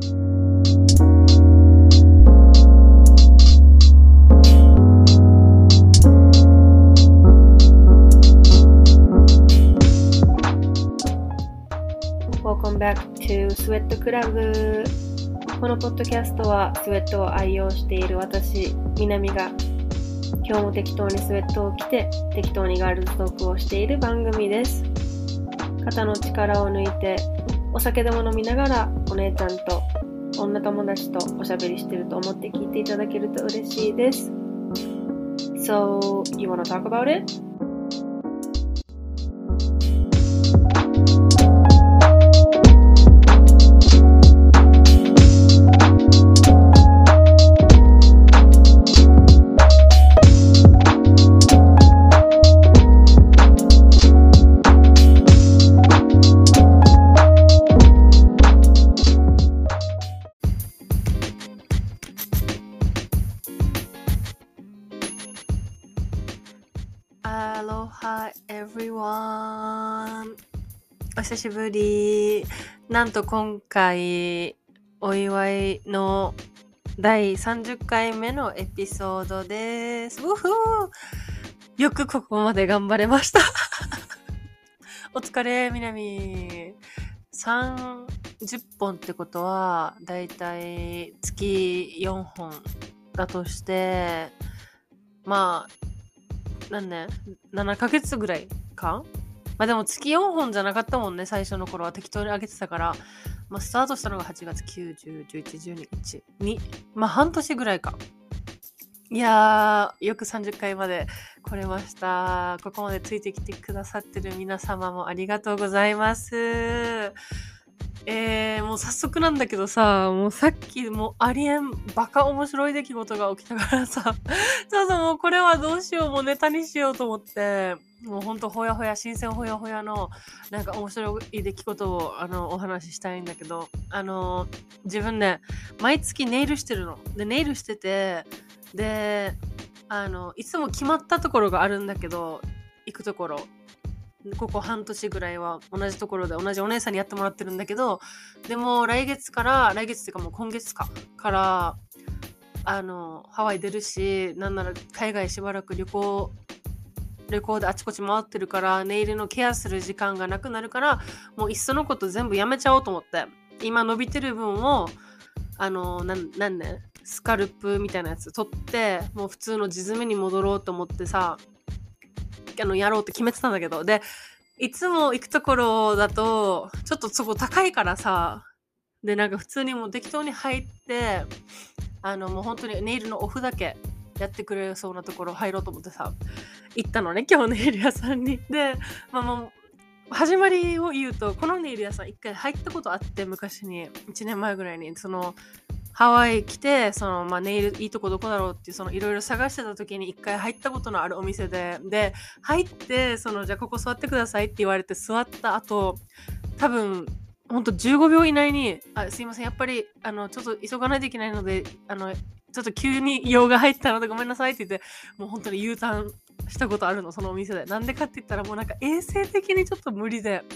Welcome back to Sweat Club。 このポッドキャストはスウェットを愛用している私、みなみが今日も適当にスウェットを着て適当にガールズトークをしている番組です。肩の力を抜いてお酒でも飲みながらお姉ちゃんと女友達とおしゃべりしてると思って聞いていただけると嬉しいです。 So, you wanna talk about it?Aloha everyone。 お久しぶり。なんと今回お祝いの第30回目のエピソードです。うふー、よくここまで頑張れましたお疲れみなみ。30本ってことはだいたい月4本だとして、まあ何年 ?7 ヶ月ぐらいか。まあでも月4本じゃなかったもんね。最初の頃は適当に上げてたから、まあスタートしたのが8月、9、10、11、12、1、2、まあ半年ぐらいか。いやー、よく30回まで来れました。ここまでついてきてくださってる皆様もありがとうございます。もう早速なんだけどさ、もうさっきもうありえんバカ面白い出来事が起きたからさそうそう、もうこれはどうしよう、もうネタにしようと思って、もうほんとほやほや、新鮮ほやほやのなんか面白い出来事をお話ししたいんだけど、自分ね、毎月ネイルしてるので、ネイルしてて、でいつも決まったところがあるんだけど、行くところ、ここ半年ぐらいは同じところで同じお姉さんにやってもらってるんだけど、でも来月っていうかもう今月からハワイ出るし、なんなら海外しばらく旅行であちこち回ってるから、ネイルのケアする時間がなくなるから、もういっそのこと全部やめちゃおうと思って、今伸びてる分をなんね、スカルプみたいなやつ取って、もう普通の地詰めに戻ろうと思ってさ、やろうって決めてたんだけど、でいつも行くところだとちょっとそこ高いからさ、でなんか普通にもう適当に入って、もう本当にネイルのオフだけやってくれそうなところ入ろうと思ってさ、行ったのね、今日ネイル屋さんに。で、まあもう始まりを言うと、このネイル屋さん一回入ったことあって、昔に1年前ぐらいにハワイ来て、ネイルいいとこどこだろうっていう、いろいろ探してた時に一回入ったことのあるお店で、入って、じゃあここ座ってくださいって言われて座った後、多分、ほんと15秒以内に、すいません、やっぱり、ちょっと急がないといけないので、ちょっと急に用が入ったのでごめんなさいって言って、もう本当に U ターンしたことあるの、そのお店で。なんでかって言ったら、もうなんか衛生的にちょっと無理で。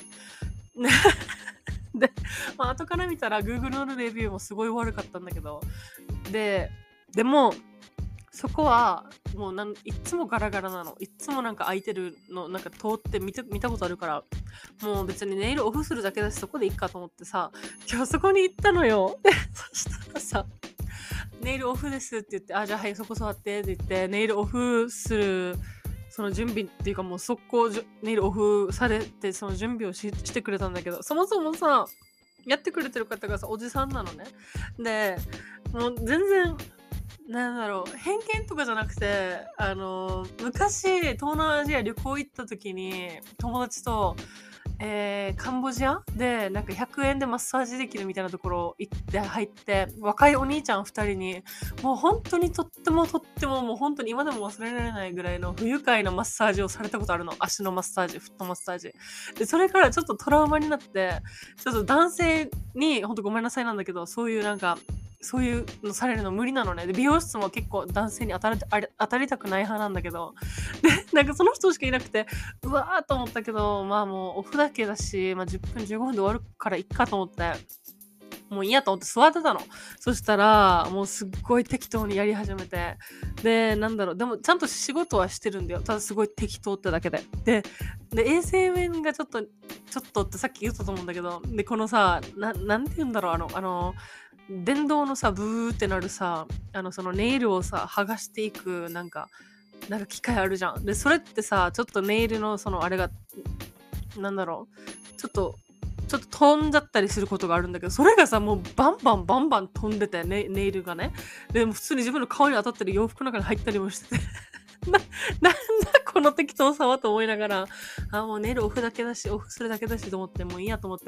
で、後から見たら Google のレビューもすごい悪かったんだけど、でもそこはもういつもガラガラなの。いつもなんか空いてるの、なんか通って見たことあるから、もう別にネイルオフするだけだし、そこでいいかと思ってさ、今日そこに行ったのよ。で、そしたらさ、ネイルオフですって言って、じゃあはいそこ座ってって言って、ネイルオフするその準備っていうか、もう速攻ネイルオフされて、その準備をしてくれたんだけど、そもそもさ、やってくれてる方がさ、おじさんなのね。で、もう全然なんだろう、偏見とかじゃなくて、昔東南アジア旅行行った時に友達とカンボジアでなんか100円でマッサージできるみたいなところ行って入って、若いお兄ちゃん2人にもう本当にとってももう本当に今でも忘れられないぐらいの不愉快なマッサージをされたことあるの。足のマッサージ、フットマッサージで、それからちょっとトラウマになって、ちょっと男性に本当ごめんなさいなんだけど、そういうのされるの無理なのね。で、美容室も結構男性に当たりたくない派なんだけど、で、なんかその人しかいなくて、うわーと思ったけど、まあもうオフだけだし、まあ10分15分で終わるからいっかと思って、 もう嫌と思って座ってたの。そしたら、もうすっごい適当にやり始めて。で、でもちゃんと仕事はしてるんだよ。ただすごい適当ってだけで。で、衛生面がちょっとってさっき言ったと思うんだけど、で、このさ、なんて言うんだろう、電動のさ、ブーってなるさ、そのネイルをさ、剥がしていく、なんか機械あるじゃん。で、それってさ、ちょっとネイルのあれが、ちょっと飛んじゃったりすることがあるんだけど、それがさ、もうバンバン飛んでて、ネイルがね。で、も普通に自分の顔に当たったり、洋服の中に入ったりもしてて。なんだこの適当さはと思いながら、もうネイルオフするだけだしと思って、もういいやと思って、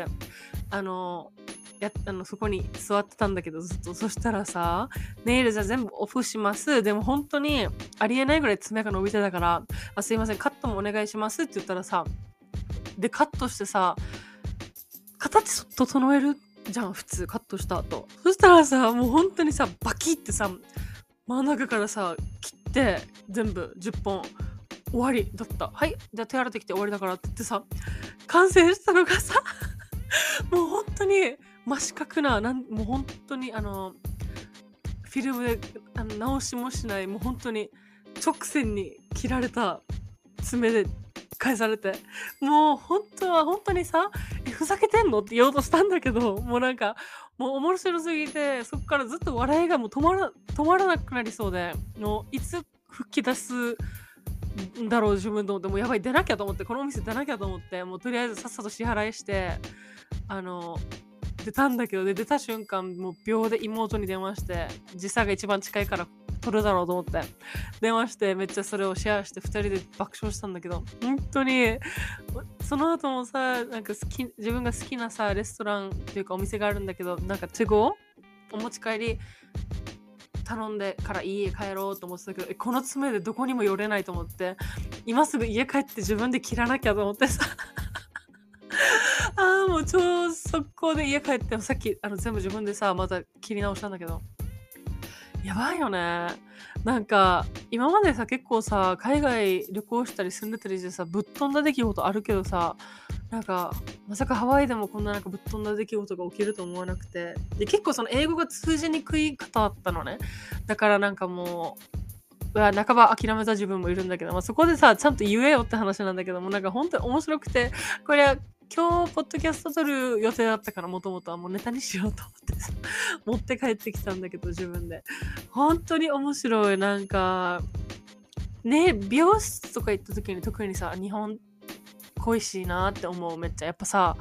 そこに座ってたんだけど、ずっと。そしたらさ、ネイルじゃ全部オフします。でも本当にありえないぐらい爪が伸びてたから、すいません、カットもお願いしますって言ったらさ、で、カットしてさ、形整えるじゃん、普通、カットした後。そしたらさ、もう本当にさ、バキってさ、真ん中からさ、切って、全部10本終わりだった。はい、じゃあ手洗ってきて終わりだからって言ってさ、完成したのがさ、もう本当に真四角な、もう本当にフィルムで直しもしない、もう本当に直線に切られた爪で返されて、もう本当にさ、ふざけてんのって言おうとしたんだけど、もうもう面白すぎて、そっからずっと笑いがもう止まらなくなりそうで、もういつ吹き出すんだろう自分と思って、もうやばい、出なきゃと思って、このお店出なきゃと思って、もうとりあえずさっさと支払いして、出たんだけど、で、出た瞬間、もう秒で妹に電話して、時差が一番近いから取るだろうと思って、電話して、めっちゃそれをシェアして2人で爆笑したんだけど、本当に、その後もさ、自分が好きなさ、レストランっていうかお店があるんだけど、都合お持ち帰り頼んでから家帰ろうと思ってたけど、この爪でどこにも寄れないと思って、今すぐ家帰って自分で切らなきゃと思ってさ、もう超速攻で家帰って、さっき全部自分でさ、また切り直したんだけど、やばいよね。今までさ、結構さ、海外旅行したり住んでたりしてさ、ぶっ飛んだ出来事あるけどさ、まさかハワイでもこんなぶっ飛んだ出来事が起きると思わなくて。で、結構その英語が通じにくい方だったのね。だからもう、半ば諦めた自分もいるんだけど、そこでさ、ちゃんと言えよって話なんだけども、本当に面白くて、これは今日ポッドキャスト撮る予定だったから、もともとはもうネタにしようと思ってさ、持って帰ってきたんだけど、自分で。本当に面白い。美容室とか行った時に特にさ、日本恋しいなって思う。めっちゃやっぱさ、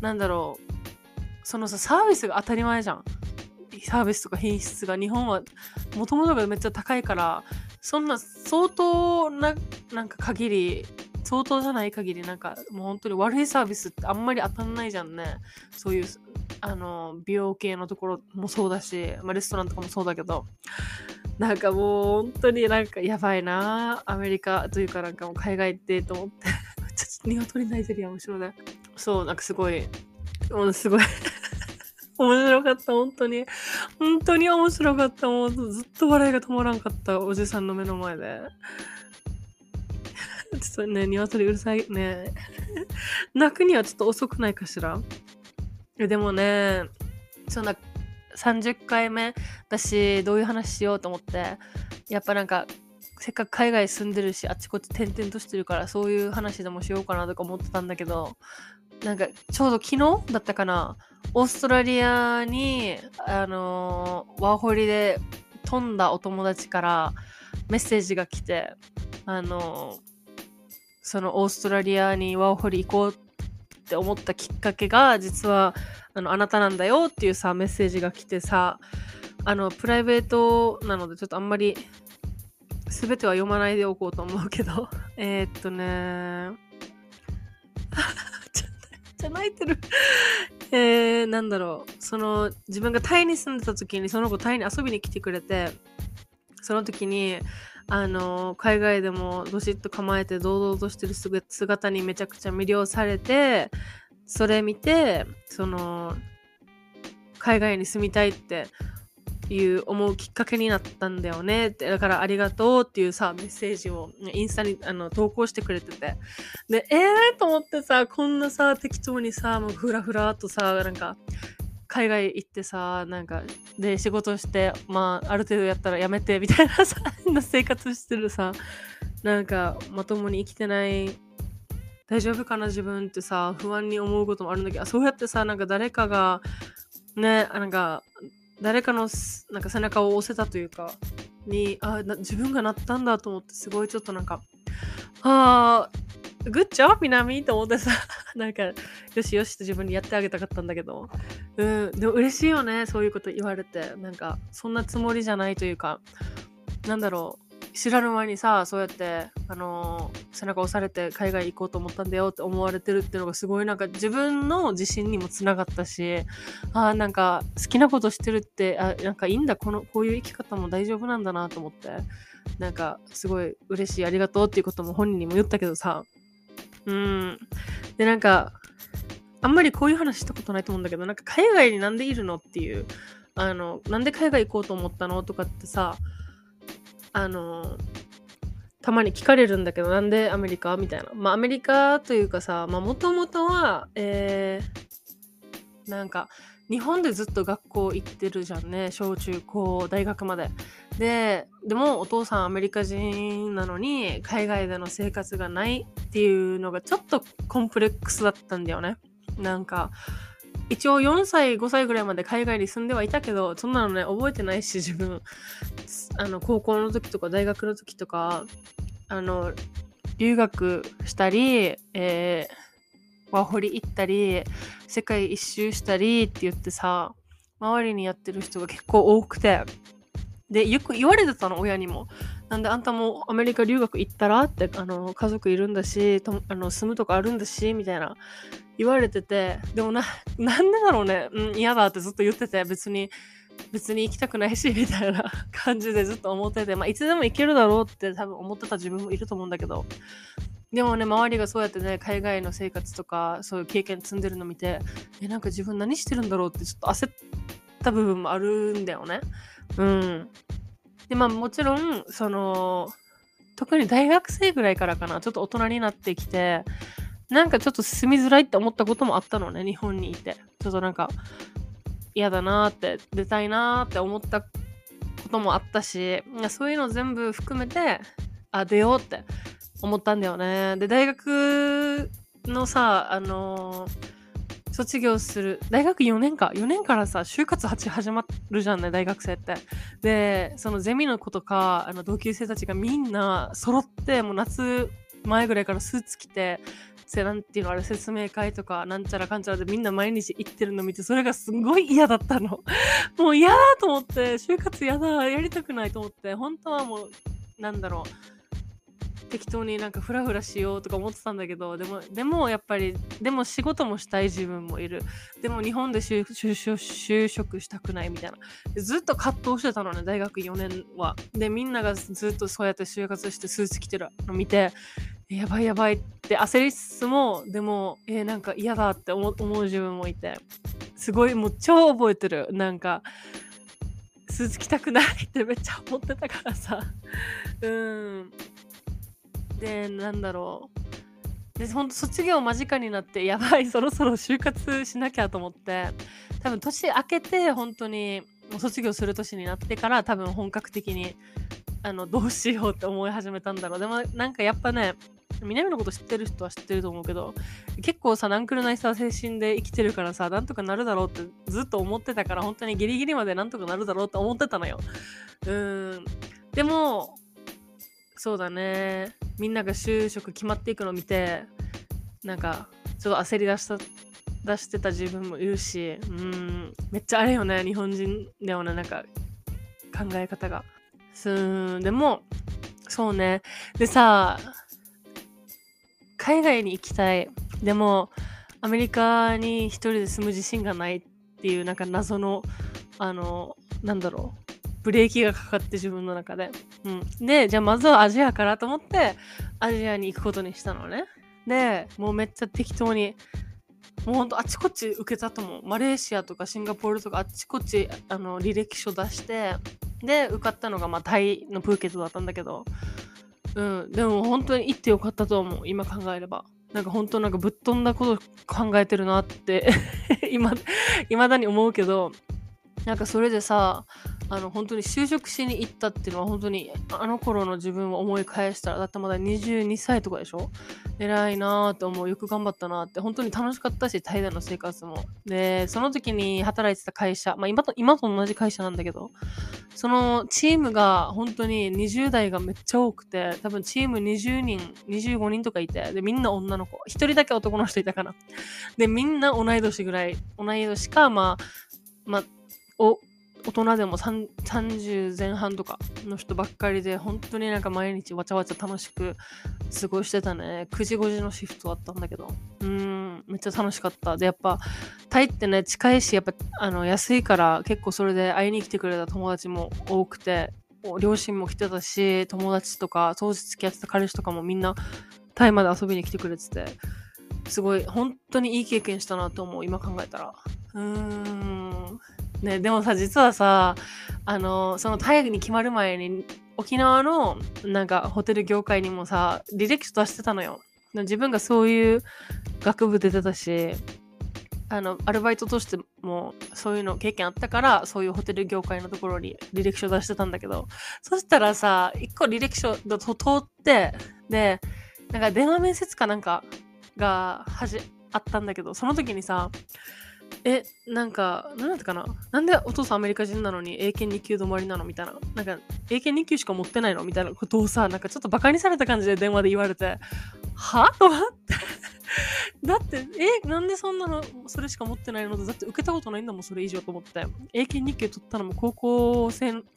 そのさ、サービスが当たり前じゃん。サービスとか品質が日本はもともとがめっちゃ高いから、そんな相当な限り、相当じゃない限りもう本当に悪いサービスってあんまり当たんないじゃんね。そういう美容系のところもそうだし、レストランとかもそうだけど、もう本当にやばいな、アメリカというかもう海外ってと思って、ちょっと鶏泣いてるやん、後ろで。そう、すごい面白かった、本当に面白かった。もうずっと笑いが止まらんかった、おじさんの目の前で。ちょっとね、鶏うるさいね。泣くにはちょっと遅くないかしら。でもね、そんな30回目だし、どういう話しようと思って、やっぱせっかく海外住んでるし、あっちこっち転々としてるから、そういう話でもしようかなとか思ってたんだけど、ちょうど昨日だったかな、オーストラリアに、ワーホリで飛んだお友達からメッセージが来て、そのオーストラリアにワーホリ行こうって思ったきっかけが、実はあなたなんだよっていうさ、メッセージが来てさ、プライベートなのでちょっとあんまり全ては読まないでおこうと思うけど、ちゃ泣いてる。その自分がタイに住んでた時に、その子タイに遊びに来てくれて、その時に海外でもどしっと構えて堂々としてる姿にめちゃくちゃ魅了されて、それ見て海外に住みたいっていう思うきっかけになったんだよねって。だからありがとうっていうさ、メッセージをインスタに投稿してくれてて、でと思ってさ、こんなさ適当にさ、もうフラフラっとさ海外行ってさ、なんか、で、仕事して、まあ、ある程度やったらやめて、みたいなさ、生活してるさ、なんか、まともに生きてない、大丈夫かな自分ってさ、不安に思うこともあるんだけど、そうやってさ、なんか誰かが、ね、なんか、誰かのなんか背中を押せたというか、自分がなったんだと思って、すごいちょっとなんか、あグッジョブ南と思ってさ、なんか、よしよしって自分にやってあげたかったんだけど、でも嬉しいよね、そういうこと言われて。なんか、そんなつもりじゃないというか、なんだろう、知らぬ間にさ、そうやって、背中押されて海外行こうと思ったんだよって思われてるっていうのがすごいなんか自分の自信にもつながったし、なんか好きなことしてるって、なんかいいんだ、こういう生き方も大丈夫なんだなと思って、なんかすごい嬉しい、ありがとうっていうことも本人にも言ったけどさ、で、なんか、あんまりこういう話したことないと思うんだけど、なんか海外になんでいるのっていう、なんで海外行こうと思ったのとかってさ、たまに聞かれるんだけど、なんでアメリカみたいな。まあ、アメリカというかさ、まあ、もともとは、なんか、日本でずっと学校行ってるじゃんね。小中高、大学まで。でもお父さんアメリカ人なのに、海外での生活がないっていうのがちょっとコンプレックスだったんだよね。なんか、一応4歳、5歳ぐらいまで海外に住んではいたけど、そんなのね、覚えてないし、自分。高校の時とか大学の時とか、留学したり、ワーホリ行ったり、世界一周したりって言ってさ、周りにやってる人が結構多くて、で、よく言われてたの、親にも。なんであんたもアメリカ留学行ったらって、家族いるんだし、住むとこあるんだし、みたいな言われてて、でもなんでだろうね、嫌だってずっと言ってて、別に行きたくないし、みたいな感じでずっと思ってて、まあ、いつでも行けるだろうって多分思ってた自分もいると思うんだけど、でもね、周りがそうやってね、海外の生活とか、そういう経験積んでるの見て、なんか自分何してるんだろうってちょっと焦った部分もあるんだよね。で、まあもちろん、特に大学生ぐらいからかな、ちょっと大人になってきて、なんかちょっと住みづらいって思ったこともあったのね、日本にいて。ちょっとなんか、嫌だなーって、出たいなーって思ったこともあったし、そういうの全部含めて、出ようって思ったんだよね。で、大学のさ、卒業する、大学4年からさ、就活始まるじゃんね、大学生って。で、そのゼミの子とか、同級生たちがみんな揃って、もう夏前ぐらいからスーツ着て、なんていうのあれ、説明会とか、なんちゃらかんちゃらでみんな毎日行ってるの見て、それがすごい嫌だったの。もう嫌だと思って、就活嫌だ、やりたくないと思って、本当はもう、なんだろう、適当になんかフラフラしようとか思ってたんだけど、でもやっぱり、でも仕事もしたい自分もいる。でも日本で就職したくないみたいな。ずっと葛藤してたのね、大学4年は。で、みんながずっとそうやって就活してスーツ着てるの見て、やばいやばいって焦りつつも、でも、なんか嫌だって思う自分もいて、すごいもう超覚えてる。なんか、スーツ着たくないってめっちゃ思ってたからさ。で、なんだろう。で、ほんと卒業間近になって、やばい、そろそろ就活しなきゃと思って、多分年明けて本当にもう卒業する年になってから多分本格的にどうしようって思い始めたんだろう。でもなんかやっぱね、南のこと知ってる人は知ってると思うけど、結構さ、ナンクルナイさ精神で生きてるからさ、なんとかなるだろうってずっと思ってたから、本当にギリギリまでなんとかなるだろうって思ってたのよ。でも、そうだね。みんなが就職決まっていくのを見て、なんか、ちょっと焦り出してた自分もいるし、めっちゃあれよね、日本人だよね、なんか、考え方が。でも、そうね。でさ、海外に行きたい。でも、アメリカに一人で住む自信がないっていう、なんか謎の、なんだろう。ブレーキがかかって自分の中で。で、じゃあまずはアジアからと思って、アジアに行くことにしたのね。で、もうめっちゃ適当に、もうほんとあちこち受けたと思う。マレーシアとかシンガポールとかあちこち履歴書出して、で、受かったのがまあタイのプーケットだったんだけど、でも本当に行ってよかったと思う。今考えれば。 なんか本当なんかぶっ飛んだこと考えてるなって今、未だに思うけど、なんかそれでさ、本当に就職しに行ったっていうのは本当にあの頃の自分を思い返したら、だってまだ22歳とかでしょ。偉いなーって思う。よく頑張ったなーって。本当に楽しかったし、タイでの生活も。で、その時に働いてた会社、まあ今と同じ会社なんだけど、そのチームが本当に20代がめっちゃ多くて、多分チーム20人、25人とかいて、で、みんな女の子。一人だけ男の人いたかな。で、みんな同い年ぐらい、同い年か、まあ、大人でも30前半とかの人ばっかりで、本当になんか毎日わちゃわちゃ楽しく過ごしてたね。9時5時のシフトだったんだけど。めっちゃ楽しかった。で、やっぱ、タイってね、近いし、やっぱ、安いから、結構それで会いに来てくれた友達も多くて、両親も来てたし、友達とか、当時付き合ってた彼氏とかもみんな、タイまで遊びに来てくれてて、すごい、本当にいい経験したなと思う、今考えたら。ね、でもさ、実はさ、そのタイに決まる前に、沖縄の、なんか、ホテル業界にもさ、履歴書出してたのよ。自分がそういう学部出てたし、アルバイトとしてもそういうの経験あったから、そういうホテル業界のところに履歴書出してたんだけど、そしたらさ、一個履歴書通って、で、なんか電話面接かなんかがあったんだけど、その時にさ、なんか、なんだったかな、なんでお父さんアメリカ人なのに英検2級止まりなのみたいな。なんか、英検2級しか持ってないのみたいなことをさ、なんかちょっとバカにされた感じで電話で言われて、はと思って。だって、なんでそんなの、それしか持ってないのだって受けたことないんだもん、それ以上と思って。英検2級取ったのも高校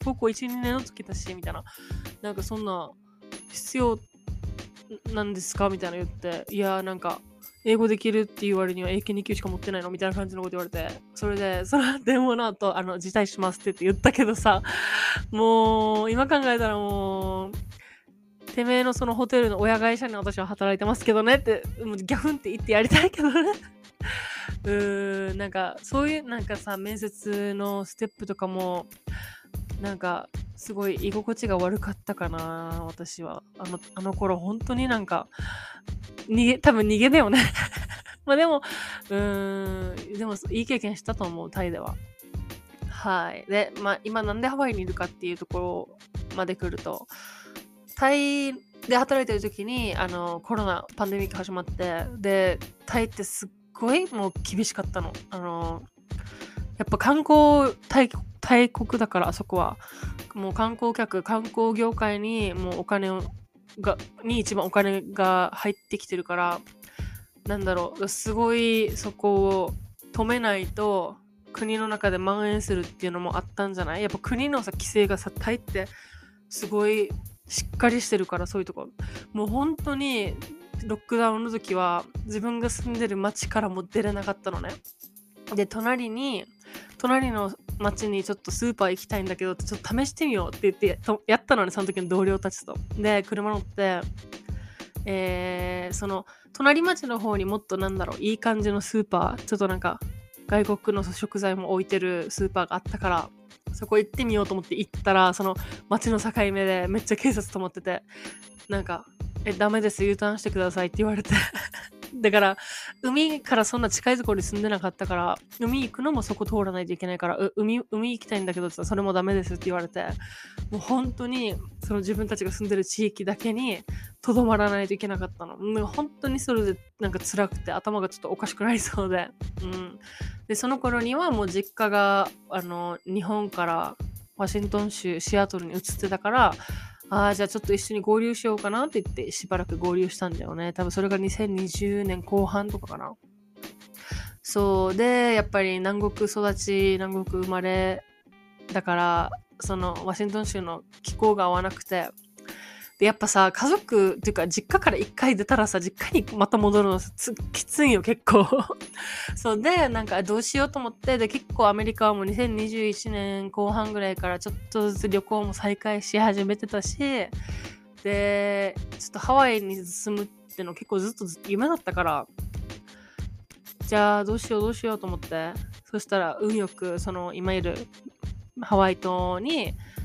1、2年の時だし、みたいな。なんかそんな、必要なんですかみたいな言って、いや、なんか、英語できるっていう割には英検2級しか持ってないのみたいな感じのこと言われて、それで、その電話の後、辞退しますって言ったけどさ、もう、今考えたらもう、てめえのそのホテルの親会社に私は働いてますけどねって、もうギャフンって言ってやりたいけどね。なんか、そういうなんかさ、面接のステップとかも、なんか、すごい居心地が悪かったかな、私は。あの頃、本当になんか、多分逃げだよね。まあでも、でもいい経験したと思う、タイでは。はい。で、まあ今なんでハワイにいるかっていうところまで来ると、タイで働いてる時に、コロナ、パンデミック始まって、で、タイってすっごいもう厳しかったの。やっぱ大国だからあそこは。もう観光業界にもう一番お金が入ってきてるから、なんだろう、すごいそこを止めないと国の中で蔓延するっていうのもあったんじゃない？やっぱ国のさ、規制がさ、タイってすごいしっかりしてるから、そういうところ。もう本当にロックダウンの時は自分が住んでる町からも出れなかったのね。で、隣の町にちょっとスーパー行きたいんだけど、ちょっと試してみようって言ってやったのね、その時の同僚たちと。で、車乗って、その隣町の方にもっといい感じのスーパー、ちょっとなんか外国の食材も置いてるスーパーがあったから、そこ行ってみようと思って行ったら、その町の境目でめっちゃ警察止まってて、なんか、ダメです、U ターンしてくださいって言われて。だから、海からそんな近いところに住んでなかったから、海行くのもそこ通らないといけないから、海行きたいんだけどさ、それもダメですって言われて、もう本当に、その自分たちが住んでる地域だけに、とどまらないといけなかったの。もう本当にそれでなんか辛くて、頭がちょっとおかしくなりそうで。で、その頃にはもう実家が、日本からワシントン州シアトルに移ってたから、じゃあちょっと一緒に合流しようかなって言ってしばらく合流したんだよね。多分それが2020年後半とかかな。そうで、やっぱり南国育ち、南国生まれだから、そのワシントン州の気候が合わなくて、でやっぱさ、家族っていうか実家から一回出たらさ、実家にまた戻るのきついよ結構。そうで、なんかどうしようと思って、で結構アメリカはもう2021年後半ぐらいからちょっとずつ旅行も再開し始めてたし、でちょっとハワイに住むっての結構ずっと夢だったから、じゃあどうしようと思って、そしたら運よくその今いるハワイ島に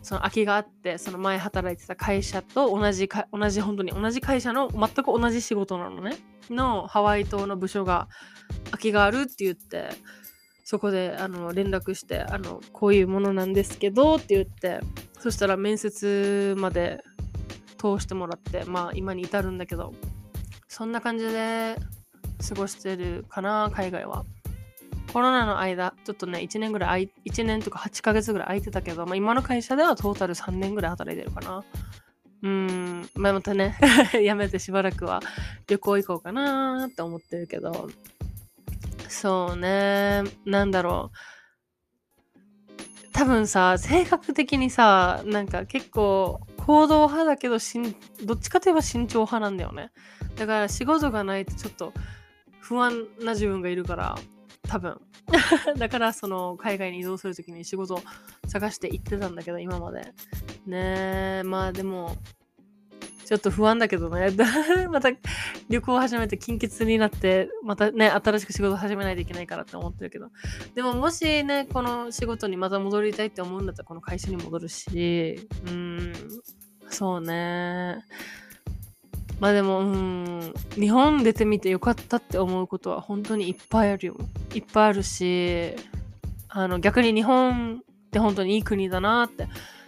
その空きがあって、その前働いてた会社と本当に同じ会社の全く同じ仕事なのね。のハワイ島の部署が空きがあるって言って、そこで連絡して、こういうものなんですけどって言って、そしたら面接まで通してもらって、まあ今に至るんだけど、そんな感じで過ごしてるかな、海外は。コロナの間、ちょっとね、1年とか8ヶ月ぐらい空いてたけど、まあ、今の会社ではトータル3年ぐらい働いてるかな。まあ、またね、やめてしばらくは旅行行こうかなって思ってるけど、そうね、なんだろう。多分さ、性格的にさ、なんか結構行動派だけど、どっちかといえば慎重派なんだよね。だから仕事がないとちょっと不安な自分がいるから、多分。だからその海外に移動するときに仕事を探して行ってたんだけど、今まで。ねえ、まあでも、ちょっと不安だけどね。また旅行を始めて金欠になって、またね、新しく仕事を始めないといけないからって思ってるけど。でももしね、この仕事にまた戻りたいって思うんだったら、この会社に戻るし、そうね。まあでも、日本出てみてよかったって思うことは本当にいっぱいあるよ。いっぱいあるし、逆に日本って本当にいい国だなって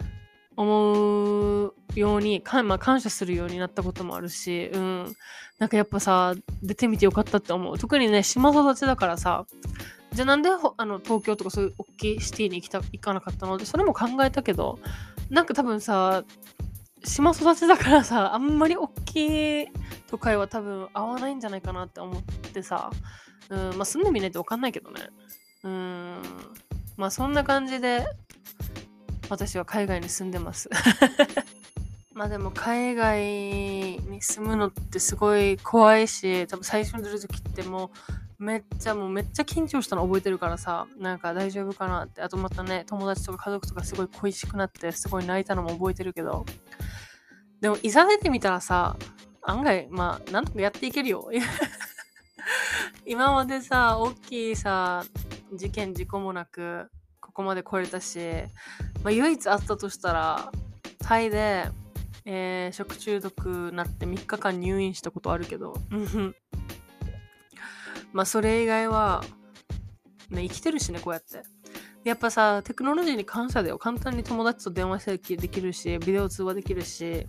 思うように、まあ、感謝するようになったこともあるし、なんかやっぱさ、出てみてよかったって思う。特にね、島育ちだからさ、じゃあなんで東京とかそういう大きいシティに行かなかったのって、それも考えたけど、なんか多分さ、島育ちだからさ、あんまり大きい都会は多分合わないんじゃないかなって思ってさ、まあ住んでみないと分かんないけどね。まあそんな感じで私は海外に住んでます。まあでも海外に住むのってすごい怖いし、多分最初に出る時ってもうめっちゃ緊張したの覚えてるからさ、なんか大丈夫かなって。あとまたね、友達とか家族とかすごい恋しくなってすごい泣いたのも覚えてるけど、でもいざ出てみたらさ、案外まあなんとかやっていけるよ。今までさ、大きいさ、事故もなくここまで来れたし、まあ、唯一あったとしたらタイで、食中毒なって3日間入院したことあるけどまあそれ以外は、ね、生きてるしね、こうやってやっぱさ、テクノロジーに感謝だよ。簡単に友達と電話できるし、ビデオ通話できるし、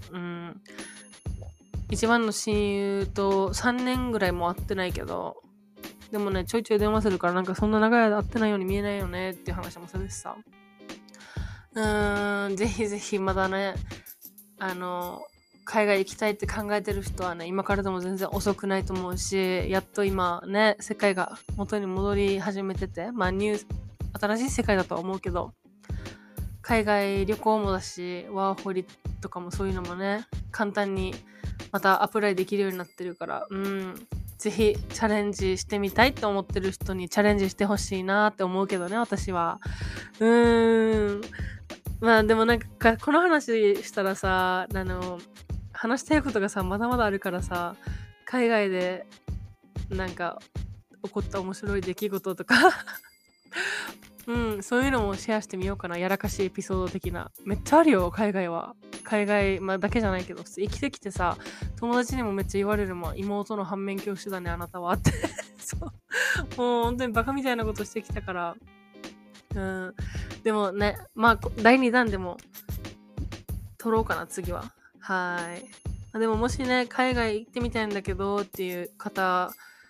一番の親友と3年ぐらいも会ってないけど、でもね、ちょいちょい電話するから、なんかそんな長い間会ってないように見えないよねっていう話もするしさ。ぜひぜひまだね、海外行きたいって考えてる人はね、今からでも全然遅くないと思うし、やっと今ね、世界が元に戻り始めてて、まあ新しい世界だとは思うけど、海外旅行もだし、ワーホリとかもそういうのもね、簡単にまたアプライできるようになってるから、ぜひチャレンジしてみたいって思ってる人にチャレンジしてほしいなって思うけどね、私は。まあでもなんかこの話したらさ、話したいことがさ、まだまだあるからさ、海外でなんか起こった面白い出来事とかそういうのもシェアしてみようかな。やらかしいエピソード的な。めっちゃあるよ、海外は。海外、まあだけじゃないけど、生きてきてさ、友達にもめっちゃ言われるもん。妹の反面教師だね、あなたはって。そう。もう本当にバカみたいなことしてきたから。でもね、まあ、第2弾でも撮ろうかな、次は。はい。でももしね、海外行ってみたいんだけどっていう方、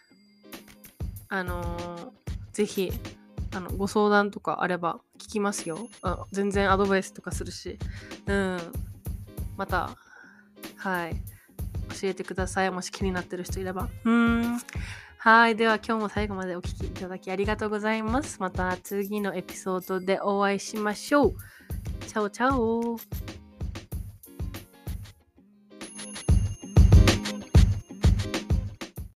ぜひ、ご相談とかあれば聞きますよ。全然アドバイスとかするし。また、はい。教えてください。もし気になってる人いれば。はい。では今日も最後までお聞きいただきありがとうございます。また次のエピソードでお会いしましょう。チャオチャオ。